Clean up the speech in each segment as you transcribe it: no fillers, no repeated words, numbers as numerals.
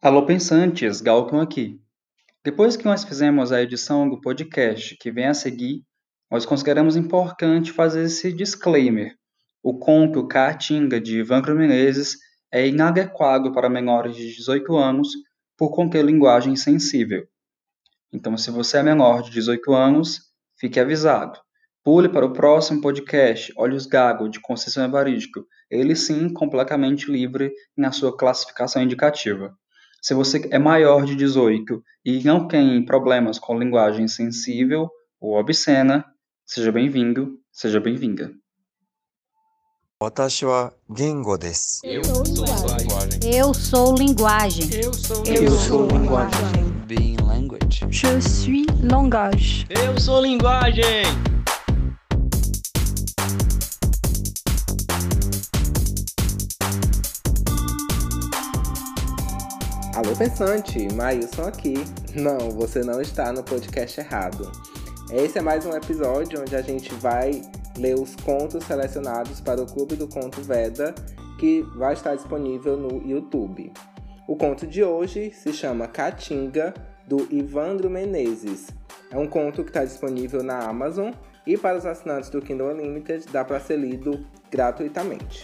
Alô pensantes, Galton aqui. Depois que nós fizemos a edição do podcast que vem a seguir, nós consideramos importante fazer esse disclaimer. O conto Caatinga, de Evandro Menezes, é inadequado para menores de 18 anos por conter linguagem sensível. Então, se você é menor de 18 anos, fique avisado. Pule para o próximo podcast, Olhos Gago, de Conceição Evaristo. Ele sim, completamente livre na sua classificação indicativa. Se você é maior de 18 e não tem problemas com linguagem sensível ou obscena, seja bem-vindo, seja bem-vinda. 私は言語です。 Eu sou linguagem. Eu sou linguagem. Eu sou linguagem. Being language. Je suis langage. Eu sou linguagem. Alô pensante, Maílson aqui. Não, você não está no podcast errado. Esse é mais um episódio onde a gente vai ler os contos selecionados para o Clube do Conto Veda, que vai estar disponível no YouTube. O conto de hoje se chama Caatinga, do Evandro Menezes. É um conto que está disponível na Amazon e para os assinantes do Kindle Unlimited dá para ser lido gratuitamente.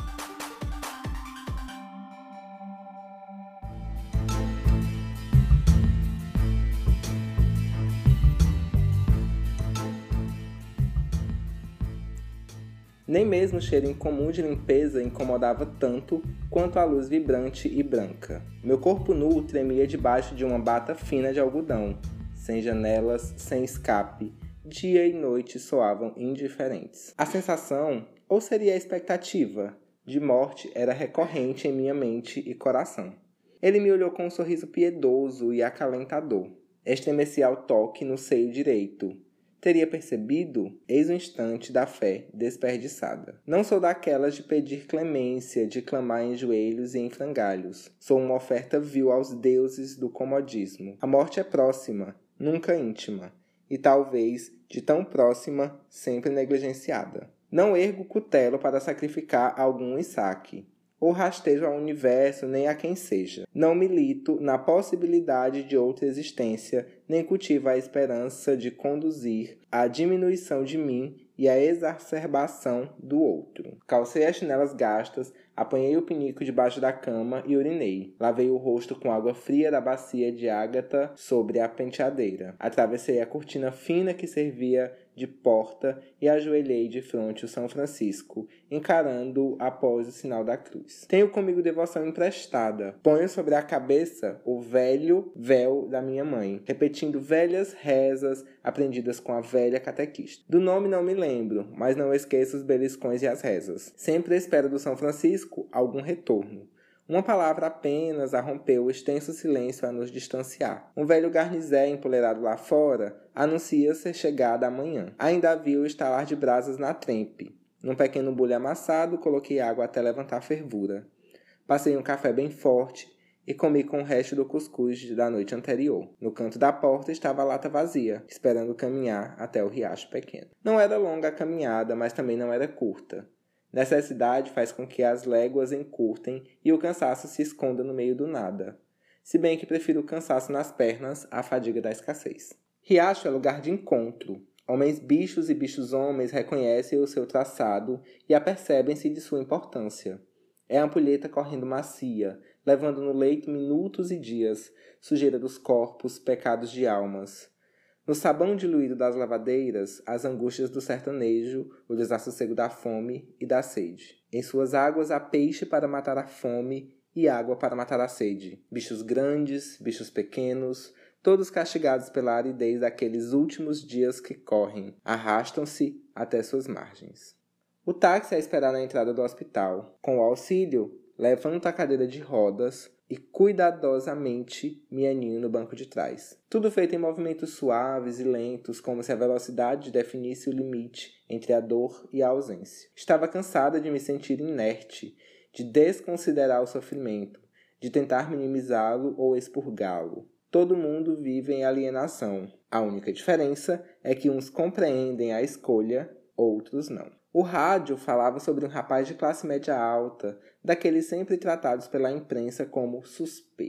Nem mesmo o cheiro incomum de limpeza incomodava tanto quanto a luz vibrante e branca. Meu corpo nu tremia debaixo de uma bata fina de algodão. Sem janelas, sem escape, dia e noite soavam indiferentes. A sensação, ou seria a expectativa, de morte era recorrente em minha mente e coração. Ele me olhou com um sorriso piedoso e acalentador. Estremeci ao toque no seio direito. Teria percebido, eis o instante da fé desperdiçada. Não sou daquelas de pedir clemência, de clamar em joelhos e em frangalhos. Sou uma oferta vil aos deuses do comodismo. A morte é próxima, nunca íntima, e talvez, de tão próxima, sempre negligenciada. Não ergo cutelo para sacrificar algum Isaac, ou rastejo ao universo nem a quem seja. Não milito na possibilidade de outra existência, nem cultivo a esperança de conduzir à diminuição de mim e à exacerbação do outro. Calcei as chinelas gastas, apanhei o pinico debaixo da cama e urinei. Lavei o rosto com água fria da bacia de ágata sobre a penteadeira. Atravessei a cortina fina que servia de porta e ajoelhei de fronte o São Francisco, encarando-o após o sinal da cruz. Tenho comigo devoção emprestada. Ponho sobre a cabeça o velho véu da minha mãe, repetindo velhas rezas aprendidas com a velha catequista. Do nome não me lembro, mas não esqueço os beliscões e as rezas. Sempre espero do São Francisco algum retorno. Uma palavra apenas a rompeu o extenso silêncio a nos distanciar. Um velho garnizé empoleirado lá fora anuncia ser chegada a manhã. Ainda havia o estalar de brasas na trempe. Num pequeno bule amassado, coloquei água até levantar a fervura. Passei um café bem forte e comi com o resto do cuscuz da noite anterior. No canto da porta estava a lata vazia, esperando caminhar até o riacho pequeno. Não era longa a caminhada, mas também não era curta. Necessidade faz com que as léguas encurtem e o cansaço se esconda no meio do nada. Se bem que prefiro o cansaço nas pernas à fadiga da escassez. Riacho é lugar de encontro. Homens bichos e bichos homens reconhecem o seu traçado e apercebem-se de sua importância. É a ampulheta correndo macia, levando no leito minutos e dias, sujeira dos corpos, pecados de almas. No sabão diluído das lavadeiras, as angústias do sertanejo, o desassossego da fome e da sede. Em suas águas há peixe para matar a fome e água para matar a sede. Bichos grandes, bichos pequenos, todos castigados pela aridez daqueles últimos dias que correm, arrastam-se até suas margens. O táxi a esperar na entrada do hospital. Com o auxílio, levanto a cadeira de rodas e cuidadosamente me aninho no banco de trás. Tudo feito em movimentos suaves e lentos, como se a velocidade definisse o limite entre a dor e a ausência. Estava cansada de me sentir inerte, de desconsiderar o sofrimento, de tentar minimizá-lo ou expurgá-lo. Todo mundo vive em alienação. A única diferença é que uns compreendem a escolha, outros não. O rádio falava sobre um rapaz de classe média alta, daqueles sempre tratados pela imprensa como suspeito.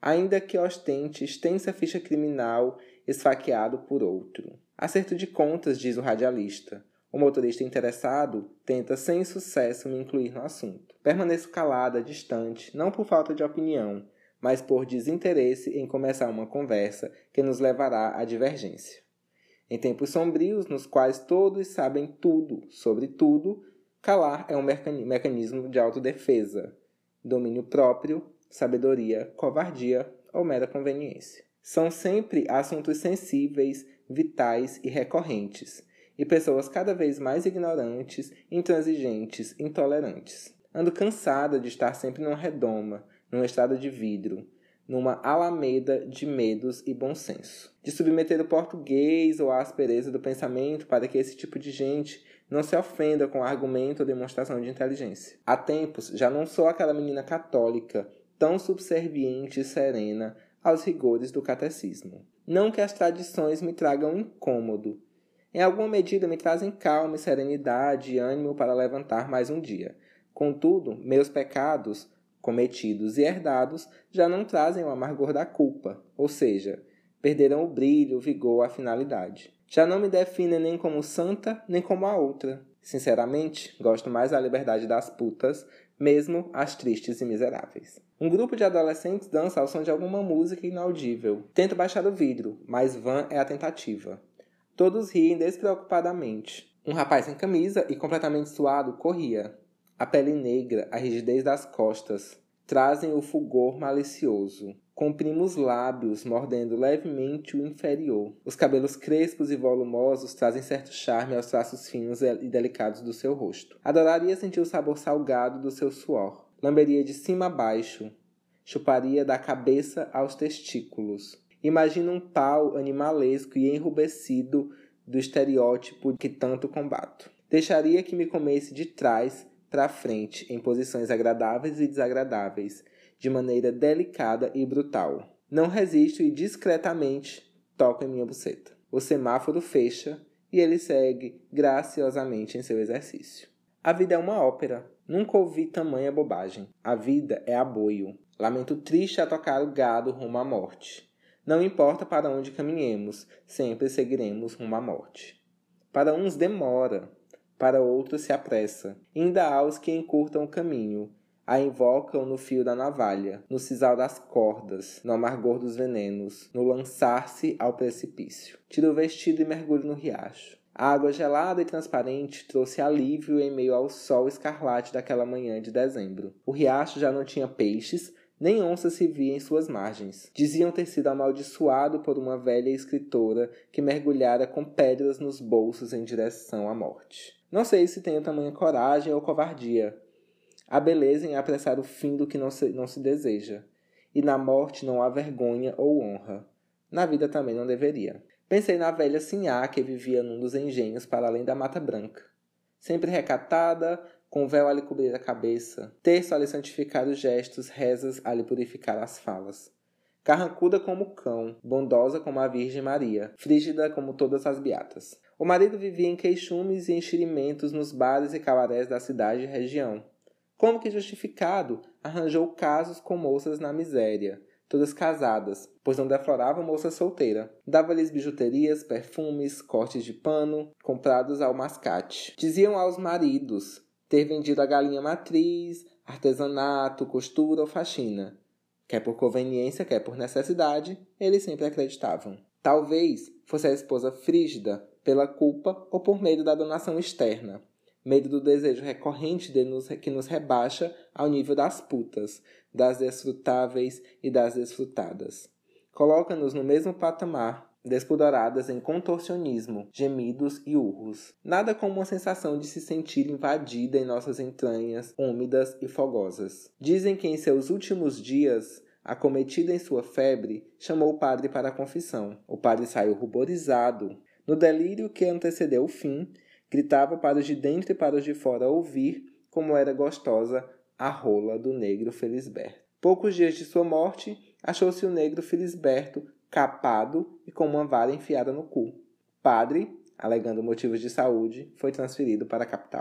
ainda que ostente extensa ficha criminal esfaqueado por outro. Acerto de contas, diz o radialista. O motorista interessado tenta sem sucesso me incluir no assunto. Permaneço calada, distante, não por falta de opinião, mas por desinteresse em começar uma conversa que nos levará à divergência. Em tempos sombrios, nos quais todos sabem tudo sobre tudo, calar é um mecanismo de autodefesa, domínio próprio, sabedoria, covardia ou mera conveniência. São sempre assuntos sensíveis, vitais e recorrentes, e pessoas cada vez mais ignorantes, intransigentes, intolerantes. Ando cansada de estar sempre numa redoma, numa estrada de vidro, numa alameda de medos e bom senso. De submeter o português ou a aspereza do pensamento para que esse tipo de gente não se ofenda com argumento ou demonstração de inteligência. Há tempos já não sou aquela menina católica tão subserviente e serena aos rigores do catecismo. Não que as tradições me tragam incômodo. Em alguma medida me trazem calma e serenidade e ânimo para levantar mais um dia. Contudo, meus pecados, cometidos e herdados, já não trazem o amargor da culpa, ou seja, perderam o brilho, o vigor, a finalidade. Já não me definem nem como santa, nem como a outra. Sinceramente, gosto mais da liberdade das putas, mesmo as tristes e miseráveis. Um grupo de adolescentes dança ao som de alguma música inaudível. Tento baixar o vidro, mas vã é a tentativa. Todos riem despreocupadamente. Um rapaz sem camisa e completamente suado corria. A pele negra, a rigidez das costas, trazem o fulgor malicioso. Comprimo os lábios, mordendo levemente o inferior. Os cabelos crespos e volumosos trazem certo charme aos traços finos e delicados do seu rosto. Adoraria sentir o sabor salgado do seu suor. Lamberia de cima a baixo. Chuparia da cabeça aos testículos. Imagino um pau animalesco e enrubescido do estereótipo que tanto combato. Deixaria que me comesse de trás para frente, em posições agradáveis e desagradáveis, de maneira delicada e brutal. Não resisto e discretamente toco em minha buceta. O semáforo fecha e ele segue graciosamente em seu exercício. A vida é uma ópera. Nunca ouvi tamanha bobagem. A vida é aboio. Lamento triste a tocar o gado rumo à morte. Não importa para onde caminhemos, sempre seguiremos rumo à morte. Para uns demora, para outros se apressa. Ainda há os que encurtam o caminho, a invocam no fio da navalha, no sisal das cordas, no amargor dos venenos, no lançar-se ao precipício. Tiro o vestido e mergulho no riacho. A água gelada e transparente trouxe alívio em meio ao sol escarlate daquela manhã de dezembro. O riacho já não tinha peixes, nem onça se via em suas margens. Diziam ter sido amaldiçoado por uma velha escritora que mergulhara com pedras nos bolsos em direção à morte. Não sei se tenho tamanha coragem ou covardia. Há beleza em apressar o fim do que não se deseja. E na morte não há vergonha ou honra. Na vida também não deveria. Pensei na velha Sinhá que vivia num dos engenhos para além da Mata Branca. Sempre recatada, com véu a lhe cobrir a cabeça, terço a lhe santificar os gestos, rezas a lhe purificar as falas. Carrancuda como o cão, bondosa como a Virgem Maria, frígida como todas as beatas. O marido vivia em queixumes e enxerimentos nos bares e cabarés da cidade e região. Como que justificado, arranjou casos com moças na miséria, todas casadas, pois não deflorava moça solteira. Dava-lhes bijuterias, perfumes, cortes de pano, comprados ao mascate. Diziam aos maridos ter vendido a galinha matriz, artesanato, costura ou faxina. Quer por conveniência, quer por necessidade, eles sempre acreditavam. Talvez fosse a esposa frígida, pela culpa ou por medo da donação externa. Medo do desejo recorrente que nos rebaixa ao nível das putas, das desfrutáveis e das desfrutadas. Coloca-nos no mesmo patamar, despudoradas em contorcionismo, gemidos e urros. Nada como uma sensação de se sentir invadida em nossas entranhas, úmidas e fogosas. Dizem que em seus últimos dias, acometida em sua febre, chamou o padre para a confissão. O padre saiu ruborizado. No delírio que antecedeu o fim, gritava para os de dentro e para os de fora ouvir como era gostosa a rola do negro Felisberto. Poucos dias de sua morte, achou-se o negro Felisberto capado e com uma vara enfiada no cu. Padre, alegando motivos de saúde, foi transferido para a capital.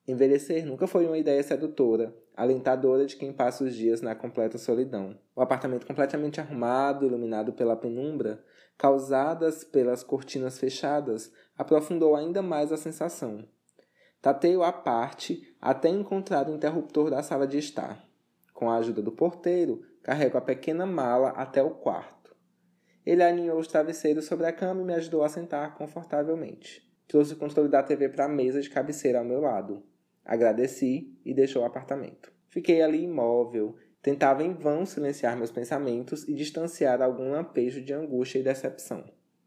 Envelhecer nunca foi uma ideia sedutora, alentadora de quem passa os dias na completa solidão. O apartamento completamente arrumado, iluminado pela penumbra, causadas pelas cortinas fechadas, aprofundou ainda mais a sensação. Tateio à parte até encontrar o interruptor da sala de estar. Com a ajuda do porteiro, carrego a pequena mala até o quarto. Ele alinhou os travesseiros sobre a cama e me ajudou a sentar confortavelmente. Trouxe o controle da TV para a mesa de cabeceira ao meu lado. Agradeci e deixou o apartamento. Fiquei ali imóvel, tentava em vão silenciar meus pensamentos e distanciar algum lampejo de angústia e decepção.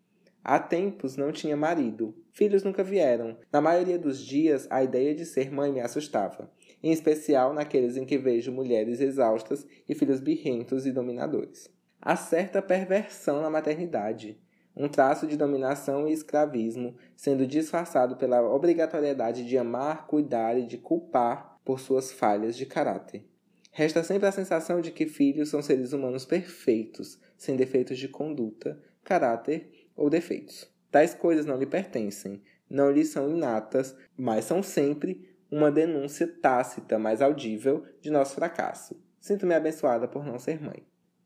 Há tempos não tinha marido. Filhos nunca vieram. Na maioria dos dias, a ideia de ser mãe me assustava, em especial naqueles em que vejo mulheres exaustas e filhos birrentos e dominadores. Há certa perversão na maternidade, um traço de dominação e escravismo, sendo disfarçado pela obrigatoriedade de amar, cuidar e de culpar por suas falhas de caráter. Resta sempre a sensação de que filhos são seres humanos perfeitos, sem defeitos de conduta, caráter ou defeitos. Tais coisas não lhe pertencem, não lhe são inatas, mas são sempre uma denúncia tácita, mas audível, de nosso fracasso. Sinto-me abençoada por não ser mãe.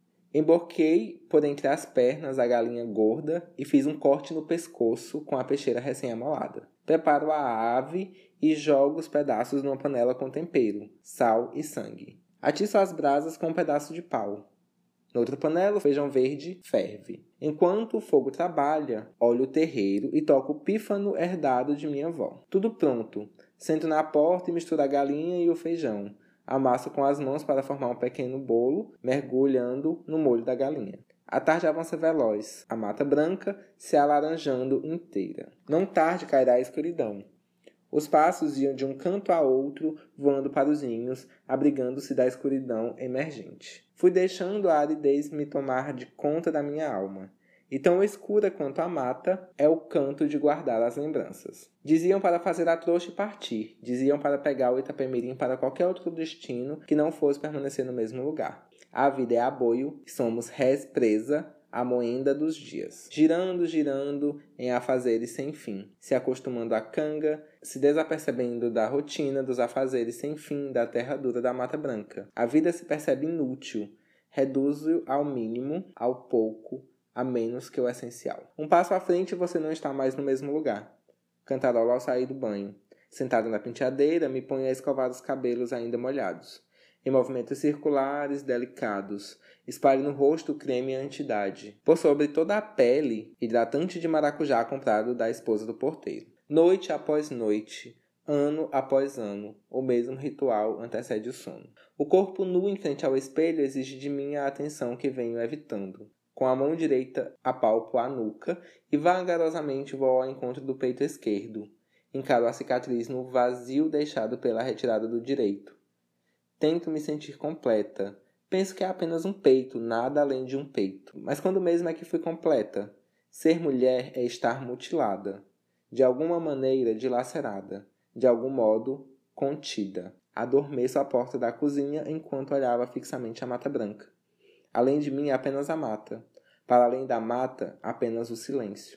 Emborquei por entre as pernas a galinha gorda e fiz um corte no pescoço com a peixeira recém-amolada. Preparo a ave e jogo os pedaços numa panela com tempero, sal e sangue. Atiço as brasas com um pedaço de pau. Noutra panela, o feijão verde ferve. Enquanto o fogo trabalha, olho o terreiro e toco o pífano herdado de minha avó. Tudo pronto. Sento na porta e misturo a galinha e o feijão. Amasso com as mãos para formar um pequeno bolo, mergulhando no molho da galinha. A tarde avança veloz, a mata branca se alaranjando inteira. Não tarde cairá a escuridão. Os passos iam de um canto a outro, voando para os ninhos, abrigando-se da escuridão emergente. Fui deixando a aridez me tomar de conta da minha alma. E tão escura quanto a mata é o canto de guardar as lembranças. Diziam para fazer a trouxa e partir. Diziam para pegar o Itapemirim para qualquer outro destino que não fosse permanecer no mesmo lugar. A vida é aboio, somos réis presa, a moenda dos dias. Girando, girando, em afazeres sem fim. Se acostumando à canga, se desapercebendo da rotina dos afazeres sem fim da terra dura da Mata Branca. A vida se percebe inútil. Reduz-o ao mínimo, ao pouco, a menos que o essencial. Um passo à frente e você não está mais no mesmo lugar. Cantarola ao sair do banho. Sentado na penteadeira, me ponho a escovar os cabelos ainda molhados. Em movimentos circulares, delicados. Espalho no rosto o creme anti-idade. Por sobre toda a pele, hidratante de maracujá comprado da esposa do porteiro. Noite após noite, ano após ano, o mesmo ritual antecede o sono. O corpo nu em frente ao espelho exige de mim a atenção que venho evitando. Com a mão direita apalpo a nuca e vagarosamente vou ao encontro do peito esquerdo. Encaro a cicatriz no vazio deixado pela retirada do direito. Tento me sentir completa. Penso que é apenas um peito, nada além de um peito. Mas quando mesmo é que fui completa? Ser mulher é estar mutilada. De alguma maneira dilacerada. De algum modo contida. Adormeço à porta da cozinha enquanto olhava fixamente a Mata Branca. Além de mim, apenas a mata. Para além da mata, apenas o silêncio.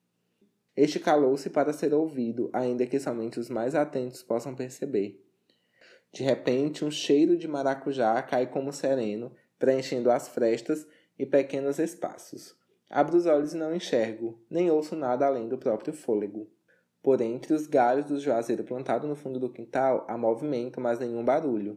Este calou-se para ser ouvido, ainda que somente os mais atentos possam perceber. De repente, um cheiro de maracujá cai como sereno, preenchendo as frestas e pequenos espaços. Abro os olhos e não enxergo, nem ouço nada além do próprio fôlego. Por entre os galhos do juazeiro plantado no fundo do quintal, há movimento, mas nenhum barulho.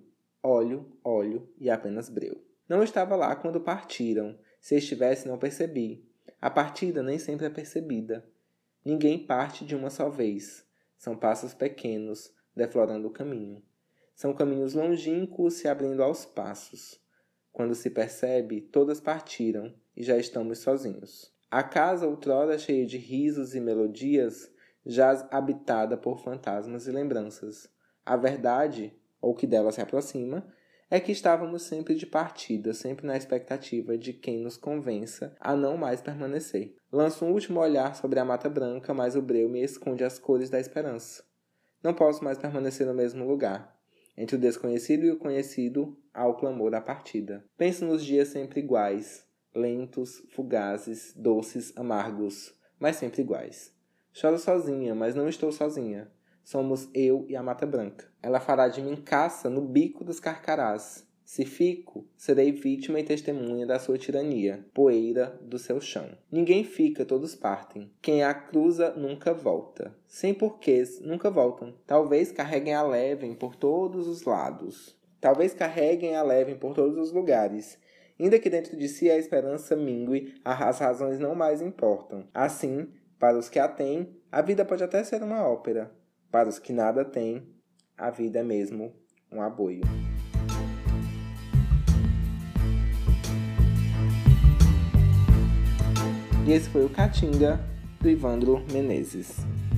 Olho e apenas breu. Não estava lá quando partiram. Se estivesse, não percebi. A partida nem sempre é percebida. Ninguém parte de uma só vez. São passos pequenos, deflorando o caminho. São caminhos longínquos se abrindo aos passos. Quando se percebe, todas partiram e já estamos sozinhos. A casa, outrora cheia de risos e melodias, jaz habitada por fantasmas e lembranças. A verdade, ou que dela se aproxima, é que estávamos sempre de partida, sempre na expectativa de quem nos convença a não mais permanecer. Lanço um último olhar sobre a Mata Branca, mas o breu me esconde as cores da esperança. Não posso mais permanecer no mesmo lugar. Entre o desconhecido e o conhecido, há o clamor da partida. Penso nos dias sempre iguais, lentos, fugazes, doces, amargos, mas sempre iguais. Choro sozinha, mas não estou sozinha. somos eu e a Mata Branca. Ela fará de mim caça no bico dos carcarás. Se fico, serei vítima e testemunha da sua tirania, poeira do seu chão. Ninguém fica, todos partem. Quem a cruza nunca volta. Sem porquês, nunca voltam. Talvez carreguem a levem por todos os lados. Talvez carreguem a levem por todos os lugares. Ainda que dentro de si a esperança mingue, as razões não mais importam. Assim, para os que a têm, a vida pode até ser uma ópera. Para os que nada têm, a vida é mesmo um aboio. E esse foi o Caatinga, do Ivandro Menezes.